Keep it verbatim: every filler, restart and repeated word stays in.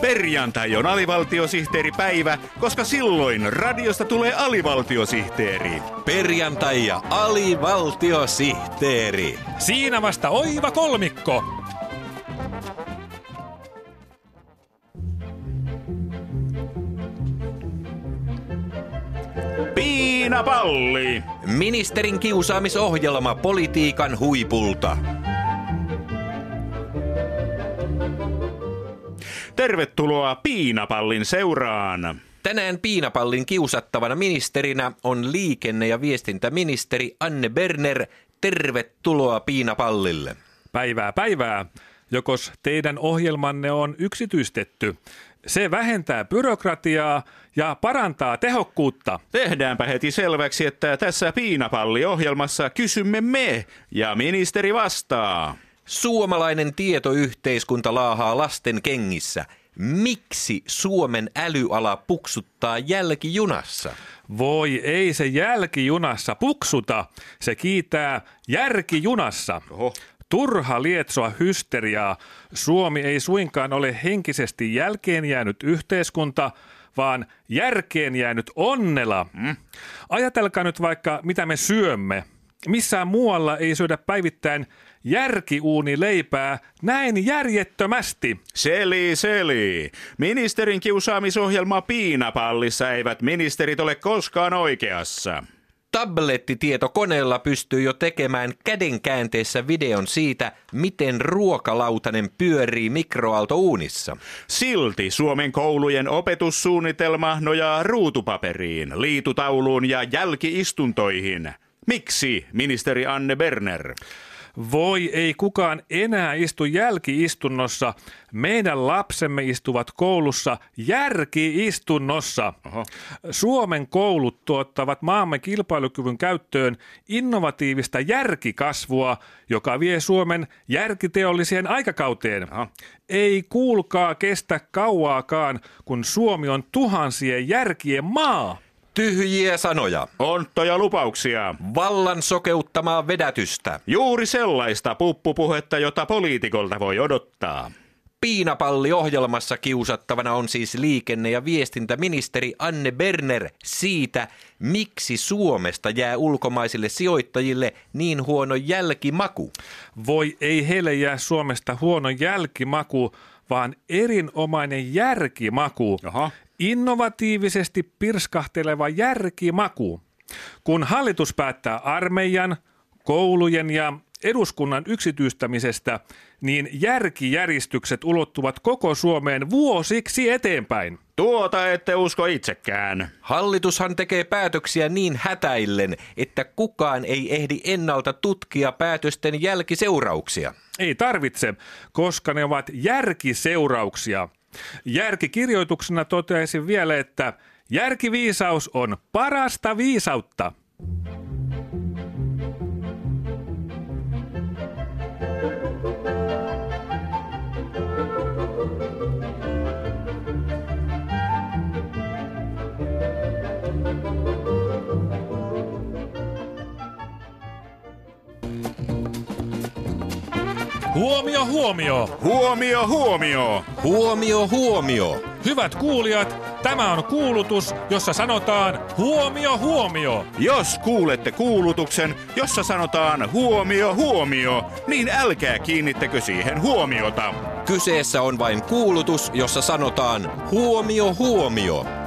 Perjantai on alivaltiosihteeripäivä, koska silloin radiosta tulee alivaltiosihteeri. Perjantai ja alivaltiosihteeri. Siinä vasta oiva kolmikko. Piinapalli. Ministerin kiusaamisohjelma politiikan huipulta. Tervetuloa Piinapallin seuraan. Tänään Piinapallin kiusattavana ministerinä on liikenne- ja viestintäministeri Anne Berner. Tervetuloa Piinapallille. Päivää päivää. Jokos teidän ohjelmanne on yksityistetty. Se vähentää byrokratiaa ja parantaa tehokkuutta. Tehdäänpä heti selväksi, että tässä Piinapalli-ohjelmassa kysymme me ja ministeri vastaa. Suomalainen tietoyhteiskunta laahaa lasten kengissä. Miksi Suomen älyala puksuttaa jälkijunassa? Voi ei se jälkijunassa puksuta, se kiitää järkijunassa. Oho. Turha lietsoa hysteriaa. Suomi ei suinkaan ole henkisesti jälkeen jäänyt yhteiskunta, vaan järkeen jäänyt onnela. Mm. Ajatelkaa nyt vaikka, mitä me syömme. Missään muualla ei syödä päivittäin järkiuunileipää näin järjettömästi. Seli, seli. Ministerin kiusaamisohjelma Piinapallissa eivät ministerit ole koskaan oikeassa. Tablettitietokoneella pystyy jo tekemään kädenkäänteessä videon siitä, miten ruokalautanen pyörii mikroaaltouunissa. Silti Suomen koulujen opetussuunnitelma nojaa ruutupaperiin, liitutauluun ja jälkiistuntoihin. Miksi, ministeri Anne Berner? Voi ei kukaan enää istu jälkiistunnossa. Meidän lapsemme istuvat koulussa järkiistunnossa. Oho. Suomen koulut tuottavat maamme kilpailukyvyn käyttöön innovatiivista järkikasvua, joka vie Suomen järkiteolliseen aikakauteen. Oho. Ei kuulkaa kestä kauaakaan, kun Suomi on tuhansien järkien maa. Tyhjiä sanoja. Onttoja lupauksia. Vallan sokeuttamaa vedätystä. Juuri sellaista puppupuhetta, jota poliitikolta voi odottaa. Piinapalli-ohjelmassa kiusattavana on siis liikenne- ja viestintäministeri Anne Berner siitä, miksi Suomesta jää ulkomaisille sijoittajille niin huono jälkimaku. Voi ei heille jää Suomesta huono jälkimaku, vaan erinomainen järkimaku. Aha. Innovatiivisesti pirskahteleva järkimaku. Kun hallitus päättää armeijan, koulujen ja eduskunnan yksityistämisestä, niin järkijäristykset ulottuvat koko Suomeen vuosiksi eteenpäin. Tuota ette usko itsekään. Hallitushan tekee päätöksiä niin hätäillen, että kukaan ei ehdi ennalta tutkia päätösten jälkiseurauksia. Ei tarvitse, koska ne ovat järkiseurauksia. Järkikirjoituksena toteaisin vielä, että järkiviisaus on parasta viisautta. Huomio, huomio! Huomio, huomio! Huomio, huomio! Hyvät kuulijat, tämä on kuulutus, jossa sanotaan huomio, huomio. Jos kuulette kuulutuksen, jossa sanotaan huomio, huomio, niin älkää kiinnittäkö siihen huomiota. Kyseessä on vain kuulutus, jossa sanotaan huomio, huomio.